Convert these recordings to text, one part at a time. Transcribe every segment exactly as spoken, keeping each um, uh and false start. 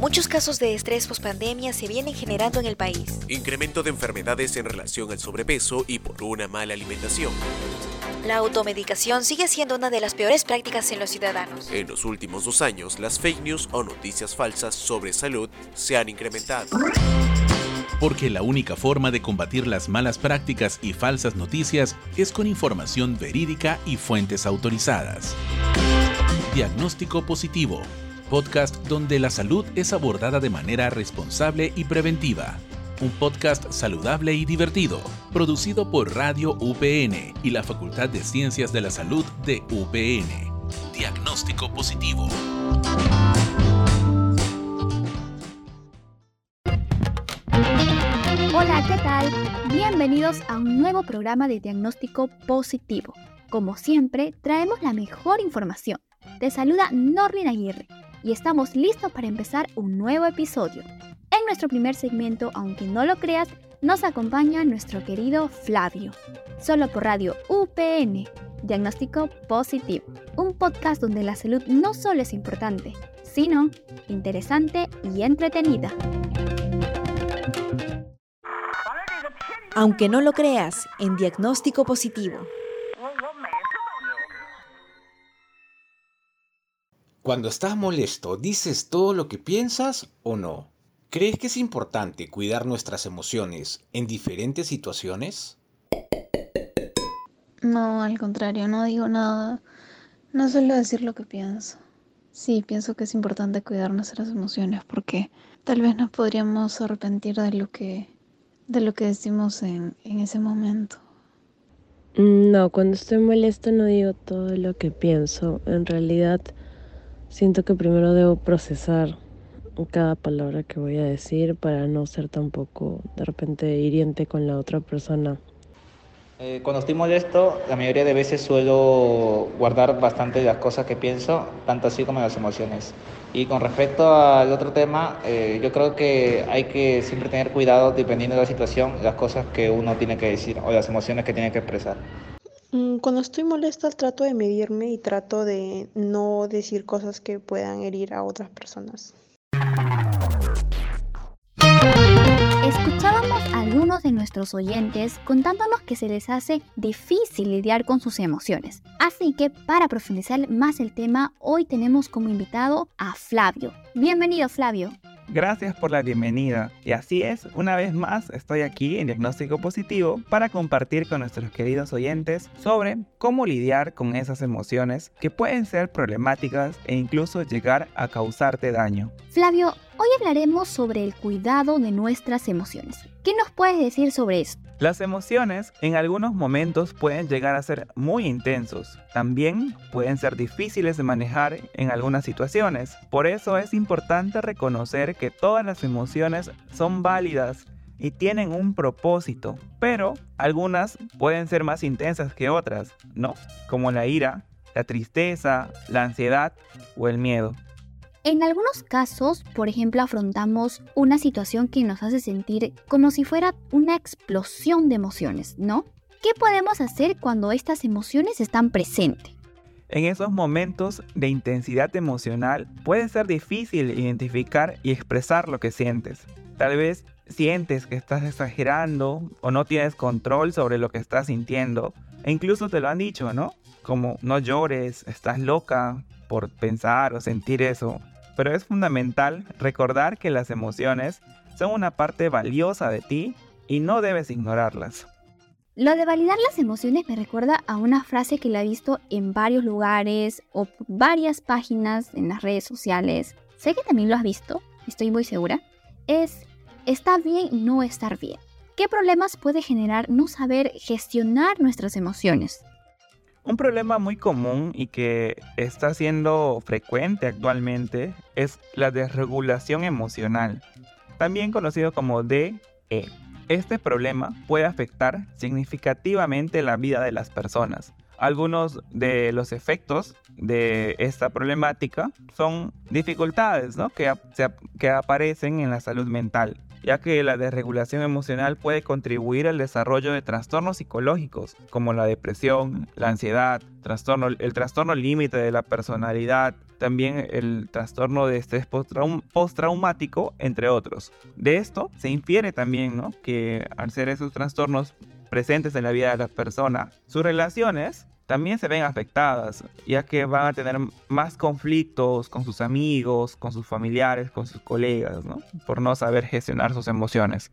Muchos casos de estrés pospandemia se vienen generando en el país. Incremento de enfermedades en relación al sobrepeso y por una mala alimentación. La automedicación sigue siendo una de las peores prácticas en los ciudadanos. En los últimos dos años, las fake news o noticias falsas sobre salud se han incrementado. Porque la única forma de combatir las malas prácticas y falsas noticias es con información verídica y fuentes autorizadas. Diagnóstico Positivo, podcast donde la salud es abordada de manera responsable y preventiva. Un podcast saludable y divertido, producido por Radio U P N y la Facultad de Ciencias de la Salud de U P N. Diagnóstico Positivo. Hola, ¿qué tal? Bienvenidos a un nuevo programa de Diagnóstico Positivo. Como siempre, traemos la mejor información. Te saluda Norlin Aguirre y estamos listos para empezar un nuevo episodio. En nuestro primer segmento, aunque no lo creas, nos acompaña nuestro querido Flavio. Solo por Radio U P N, Diagnóstico Positivo. Un podcast donde la salud no solo es importante, sino interesante y entretenida. Aunque no lo creas, en Diagnóstico Positivo. Cuando estás molesto, ¿dices todo lo que piensas o no? ¿Crees que es importante cuidar nuestras emociones en diferentes situaciones? No, al contrario, no digo nada. No suelo decir lo que pienso. Sí, pienso que es importante cuidar nuestras emociones porque tal vez nos podríamos arrepentir de lo que, de lo que decimos en, en ese momento. No, cuando estoy molesta no digo todo lo que pienso. En realidad siento que primero debo procesar cada palabra que voy a decir para no ser tampoco de repente hiriente con la otra persona. Eh, cuando estoy molesto, la mayoría de veces suelo guardar bastante de las cosas que pienso, tanto así como las emociones. Y con respecto al otro tema, eh, yo creo que hay que siempre tener cuidado, dependiendo de la situación, las cosas que uno tiene que decir o las emociones que tiene que expresar. Cuando estoy molesta trato de medirme y trato de no decir cosas que puedan herir a otras personas. Escuchábamos a algunos de nuestros oyentes contándonos que se les hace difícil lidiar con sus emociones. Así que para profundizar más el tema, hoy tenemos como invitado a Flavio. Bienvenido, Flavio. Gracias por la bienvenida. Y así es, una vez más estoy aquí en Diagnóstico Positivo para compartir con nuestros queridos oyentes sobre cómo lidiar con esas emociones que pueden ser problemáticas e incluso llegar a causarte daño. Flavio, hoy hablaremos sobre el cuidado de nuestras emociones. ¿Qué nos puedes decir sobre esto? Las emociones en algunos momentos pueden llegar a ser muy intensos. También pueden ser difíciles de manejar en algunas situaciones. Por eso es importante reconocer que todas las emociones son válidas y tienen un propósito, pero algunas pueden ser más intensas que otras, ¿no? Como la ira, la tristeza, la ansiedad o el miedo. En algunos casos, por ejemplo, afrontamos una situación que nos hace sentir como si fuera una explosión de emociones, ¿no? ¿Qué podemos hacer cuando estas emociones están presentes? En esos momentos de intensidad emocional puede ser difícil identificar y expresar lo que sientes. Tal vez sientes que estás exagerando o no tienes control sobre lo que estás sintiendo. E incluso te lo han dicho, ¿no? Como no llores, estás loca por pensar o sentir eso. Pero es fundamental recordar que las emociones son una parte valiosa de ti y no debes ignorarlas. Lo de validar las emociones me recuerda a una frase que la he visto en varios lugares o varias páginas en las redes sociales. Sé que también lo has visto, estoy muy segura. Es, está bien no estar bien. ¿Qué problemas puede generar no saber gestionar nuestras emociones? Un problema muy común y que está siendo frecuente actualmente es la desregulación emocional, también conocido como D E. Este problema puede afectar significativamente la vida de las personas. Algunos de los efectos de esta problemática son dificultades, ¿no? que, que aparecen en la salud mental. ya que la desregulación emocional puede contribuir al desarrollo de trastornos psicológicos como la depresión, la ansiedad, trastorno, el trastorno límite de la personalidad, también el trastorno de estrés posttraum- postraumático, entre otros. De esto se infiere también, ¿no?, que al ser esos trastornos presentes en la vida de la persona, sus relaciones también se ven afectadas, ya que van a tener más conflictos con sus amigos, con sus familiares, con sus colegas, ¿no?, por no saber gestionar sus emociones.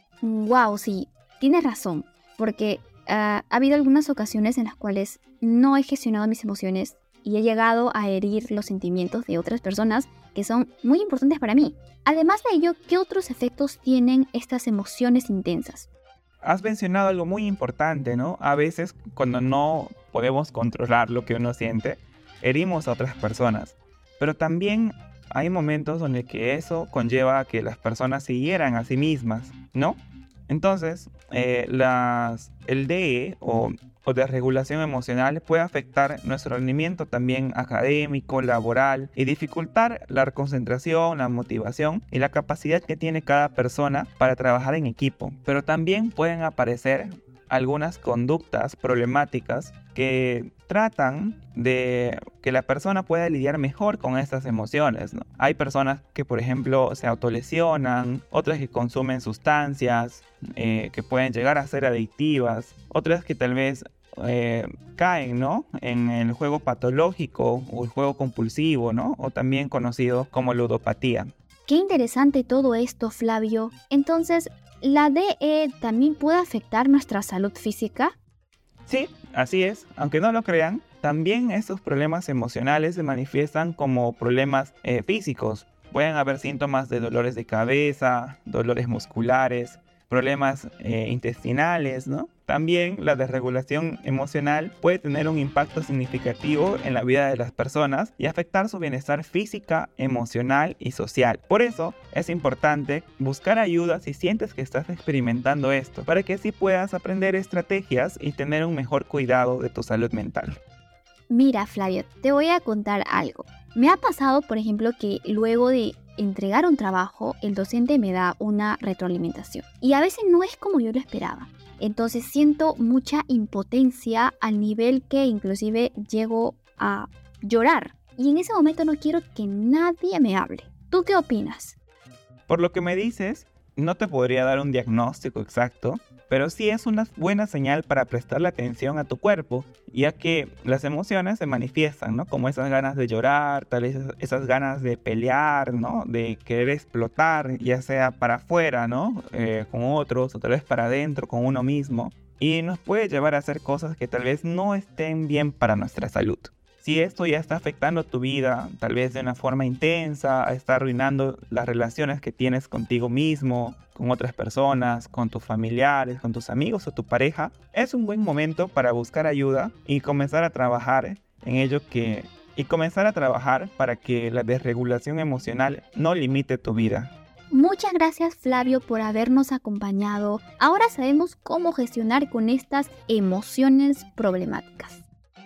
Wow, sí, tienes razón, porque uh, ha habido algunas ocasiones en las cuales no he gestionado mis emociones y he llegado a herir los sentimientos de otras personas que son muy importantes para mí. Además de ello, ¿qué otros efectos tienen estas emociones intensas? Has mencionado algo muy importante, ¿no? A veces, cuando no podemos controlar lo que uno siente, herimos a otras personas. Pero también hay momentos en los que eso conlleva a que las personas se hieran a sí mismas, ¿no? Entonces, eh, las, el D E o, o desregulación emocional puede afectar nuestro rendimiento también académico, laboral y dificultar la concentración, la motivación y la capacidad que tiene cada persona para trabajar en equipo. Pero también pueden aparecer algunas conductas problemáticas que tratan de que la persona pueda lidiar mejor con estas emociones, ¿no? Hay personas que, por ejemplo, se autolesionan, otras que consumen sustancias eh, que pueden llegar a ser adictivas, otras que tal vez eh, caen, ¿no?, en el juego patológico o el juego compulsivo, ¿no?, o también conocido como ludopatía. Qué interesante todo esto, Flavio. Entonces, ¿la D E también puede afectar nuestra salud física? Sí, así es. Aunque no lo crean, también estos problemas emocionales se manifiestan como problemas eh, físicos. Pueden haber síntomas de dolores de cabeza, dolores musculares, problemas eh, intestinales, ¿no? También la desregulación emocional puede tener un impacto significativo en la vida de las personas y afectar su bienestar física, emocional y social. Por eso es importante buscar ayuda si sientes que estás experimentando esto, para que así puedas aprender estrategias y tener un mejor cuidado de tu salud mental. Mira, Flavio, te voy a contar algo. Me ha pasado, por ejemplo, que luego de entregar un trabajo, el docente me da una retroalimentación. Y a veces no es como yo lo esperaba. Entonces siento mucha impotencia al nivel que inclusive llego a llorar. Y en ese momento no quiero que nadie me hable. ¿Tú qué opinas? Por lo que me dices, no te podría dar un diagnóstico exacto, pero sí es una buena señal para prestarle atención a tu cuerpo, ya que las emociones se manifiestan, ¿no? Como esas ganas de llorar, tal vez esas ganas de pelear, ¿no? De querer explotar, ya sea para afuera, ¿no? Eh, con otros, o tal vez para adentro, con uno mismo. Y nos puede llevar a hacer cosas que tal vez no estén bien para nuestra salud. Si esto ya está afectando tu vida, tal vez de una forma intensa, está arruinando las relaciones que tienes contigo mismo, con otras personas, con tus familiares, con tus amigos o tu pareja, es un buen momento para buscar ayuda y comenzar a trabajar en ello que, y comenzar a trabajar para que la desregulación emocional no limite tu vida. Muchas gracias, Flavio, por habernos acompañado. Ahora sabemos cómo gestionar con estas emociones problemáticas.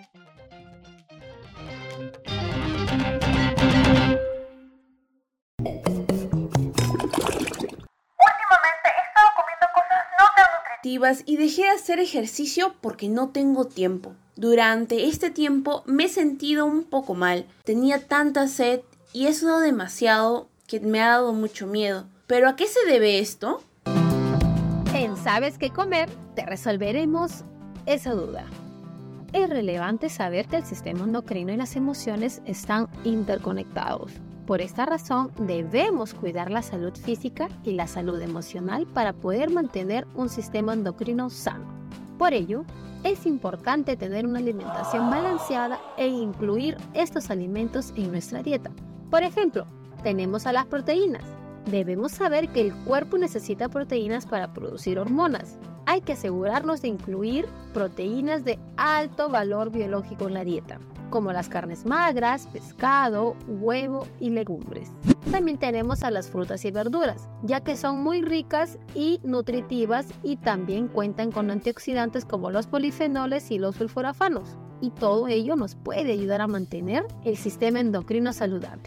Y dejé de hacer ejercicio porque no tengo tiempo. Durante este tiempo me he sentido un poco mal. Tenía tanta sed y he sudado demasiado que me ha dado mucho miedo. ¿Pero a qué se debe esto? En Sabes qué comer te resolveremos esa duda. Es relevante saber que el sistema endocrino y las emociones están interconectados. Por esta razón, debemos cuidar la salud física y la salud emocional para poder mantener un sistema endocrino sano. Por ello, es importante tener una alimentación balanceada e incluir estos alimentos en nuestra dieta. Por ejemplo, tenemos a las proteínas. Debemos saber que el cuerpo necesita proteínas para producir hormonas. Hay que asegurarnos de incluir proteínas de alto valor biológico en la dieta, como las carnes magras, pescado, huevo y legumbres. También tenemos a las frutas y verduras, ya que son muy ricas y nutritivas y también cuentan con antioxidantes como los polifenoles y los sulforafanos. Y todo ello nos puede ayudar a mantener el sistema endocrino saludable.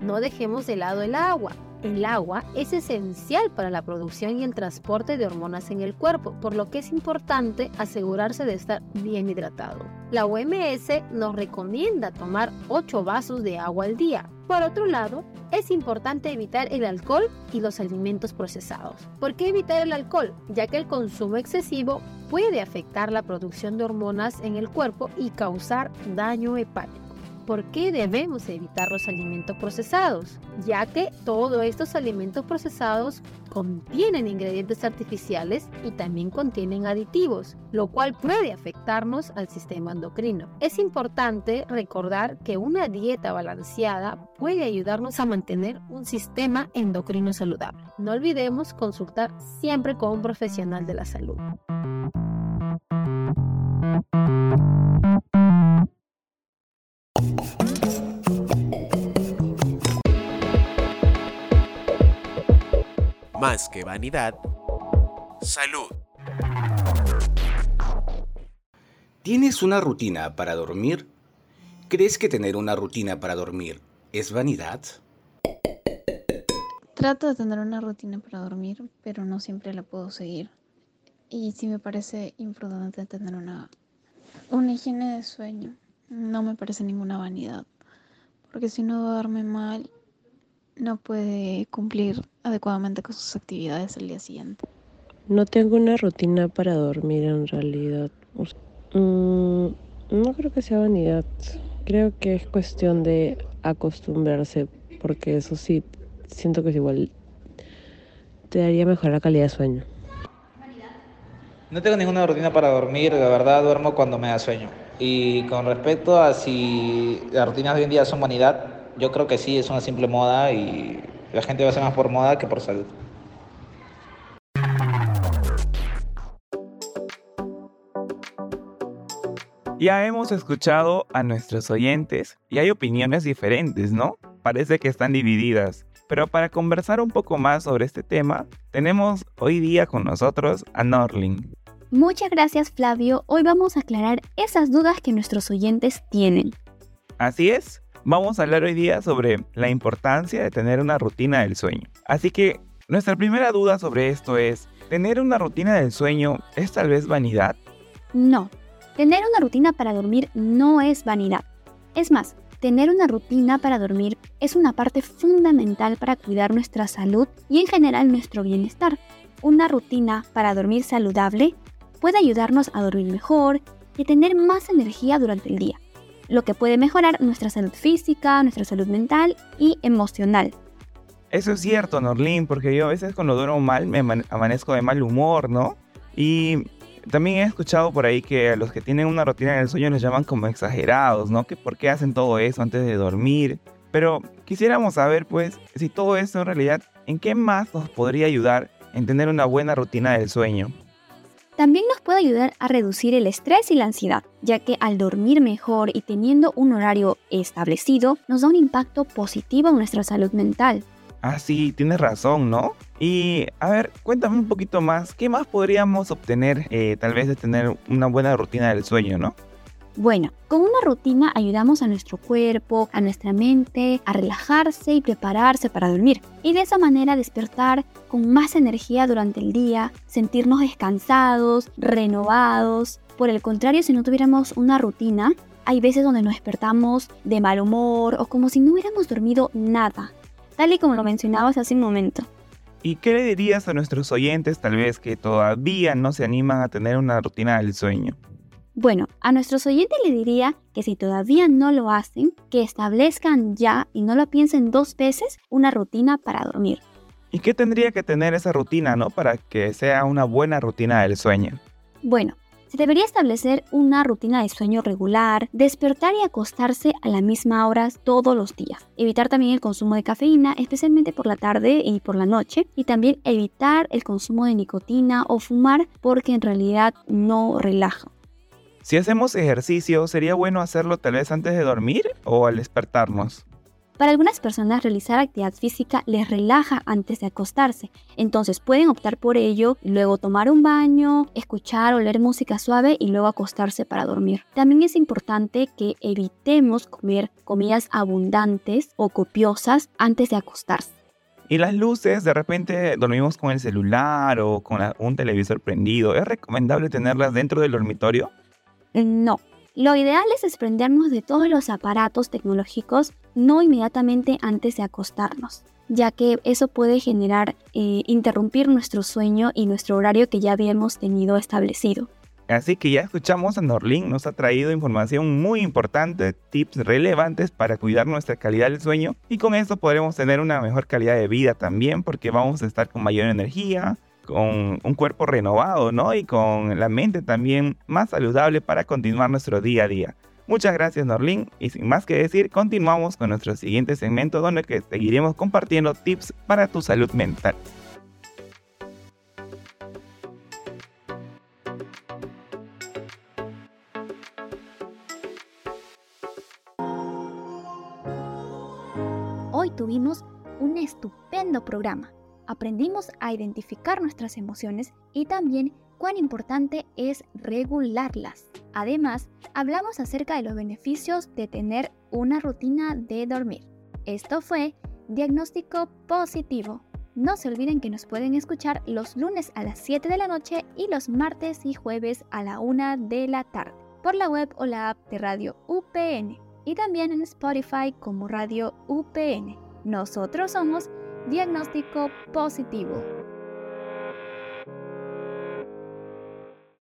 No dejemos de lado el agua. El agua es esencial para la producción y el transporte de hormonas en el cuerpo, por lo que es importante asegurarse de estar bien hidratado. La O M S nos recomienda tomar ocho vasos de agua al día. Por otro lado, es importante evitar el alcohol y los alimentos procesados. ¿Por qué evitar el alcohol? Ya que el consumo excesivo puede afectar la producción de hormonas en el cuerpo y causar daño hepático. ¿Por qué debemos evitar los alimentos procesados? Ya que todos estos alimentos procesados contienen ingredientes artificiales y también contienen aditivos, lo cual puede afectarnos al sistema endocrino. Es importante recordar que una dieta balanceada puede ayudarnos a mantener un sistema endocrino saludable. No olvidemos consultar siempre con un profesional de la salud. Más que vanidad, salud. ¿Tienes una rutina para dormir? ¿Crees que tener una rutina para dormir es vanidad? Trato de tener una rutina para dormir, pero no siempre la puedo seguir. Y sí me parece imprudente tener una, una higiene de sueño. No me parece ninguna vanidad, porque si uno duerme mal, no puede cumplir adecuadamente con sus actividades el día siguiente. No tengo una rutina para dormir en realidad. Mm, no creo que sea vanidad. Creo que es cuestión de acostumbrarse, porque eso sí, siento que es igual. Te daría mejor la calidad de sueño. No tengo ninguna rutina para dormir, la verdad duermo cuando me da sueño. Y con respecto a si las rutinas de hoy en día son vanidad, yo creo que sí, es una simple moda y la gente lo hace más por moda que por salud. Ya hemos escuchado a nuestros oyentes y hay opiniones diferentes, ¿no? Parece que están divididas. Pero para conversar un poco más sobre este tema, tenemos hoy día con nosotros a Norlin. Muchas gracias, Flavio. Hoy vamos a aclarar esas dudas que nuestros oyentes tienen. Así es. Vamos a hablar hoy día sobre la importancia de tener una rutina del sueño. Así que nuestra primera duda sobre esto es, ¿tener una rutina del sueño es tal vez vanidad? No, tener una rutina para dormir no es vanidad. Es más, tener una rutina para dormir es una parte fundamental para cuidar nuestra salud y en general nuestro bienestar. Una rutina para dormir saludable puede ayudarnos a dormir mejor y tener más energía durante el día, lo que puede mejorar nuestra salud física, nuestra salud mental y emocional. Eso es cierto, Norlin, porque yo a veces cuando duermo mal me amanezco de mal humor, ¿no? Y también he escuchado por ahí que a los que tienen una rutina del sueño los llaman como exagerados, ¿no? Que por qué hacen todo eso antes de dormir. Pero quisiéramos saber, pues, si todo esto en realidad, ¿en qué más nos podría ayudar en tener una buena rutina del sueño? También nos puede ayudar a reducir el estrés y la ansiedad, ya que al dormir mejor y teniendo un horario establecido, nos da un impacto positivo en nuestra salud mental. Ah, sí, tienes razón, ¿no? Y, a ver, cuéntame un poquito más, ¿qué más podríamos obtener eh, tal vez de tener una buena rutina del sueño, ¿no? Bueno, con una rutina ayudamos a nuestro cuerpo, a nuestra mente, a relajarse y prepararse para dormir. Y de esa manera despertar con más energía durante el día, sentirnos descansados, renovados. Por el contrario, si no tuviéramos una rutina, hay veces donde nos despertamos de mal humor o como si no hubiéramos dormido nada, tal y como lo mencionabas hace un momento. ¿Y qué le dirías a nuestros oyentes tal vez que todavía no se animan a tener una rutina del sueño? Bueno, a nuestros oyentes les diría que si todavía no lo hacen, que establezcan ya y no lo piensen dos veces una rutina para dormir. ¿Y qué tendría que tener esa rutina, no, para que sea una buena rutina del sueño? Bueno, se debería establecer una rutina de sueño regular, despertar y acostarse a la misma hora todos los días. Evitar también el consumo de cafeína, especialmente por la tarde y por la noche. Y también evitar el consumo de nicotina o fumar porque en realidad no relaja. Si hacemos ejercicio, ¿sería bueno hacerlo tal vez antes de dormir o al despertarnos? Para algunas personas realizar actividad física les relaja antes de acostarse, entonces pueden optar por ello, luego tomar un baño, escuchar o leer música suave y luego acostarse para dormir. También es importante que evitemos comer comidas abundantes o copiosas antes de acostarse. Y las luces, de repente dormimos con el celular o con la- un televisor prendido. ¿Es recomendable tenerlas dentro del dormitorio? No. Lo ideal es desprendernos de todos los aparatos tecnológicos no inmediatamente antes de acostarnos, ya que eso puede generar, eh, interrumpir nuestro sueño y nuestro horario que ya habíamos tenido establecido. Así que ya escuchamos a Norlin, nos ha traído información muy importante, tips relevantes para cuidar nuestra calidad del sueño y con esto podremos tener una mejor calidad de vida también porque vamos a estar con mayor energía, con un cuerpo renovado, ¿no? Y con la mente también más saludable para continuar nuestro día a día. Muchas gracias, Norlin, y sin más que decir, continuamos con nuestro siguiente segmento donde que seguiremos compartiendo tips para tu salud mental. Hoy tuvimos un estupendo programa. Aprendimos a identificar nuestras emociones y también cuán importante es regularlas. Además, hablamos acerca de los beneficios de tener una rutina de dormir. Esto fue Diagnóstico Positivo. No se olviden que nos pueden escuchar los lunes a las siete de la noche y los martes y jueves a la una de la tarde por la web o la app de Radio U P N y también en Spotify como Radio U P N. Nosotros somos Diagnóstico Positivo.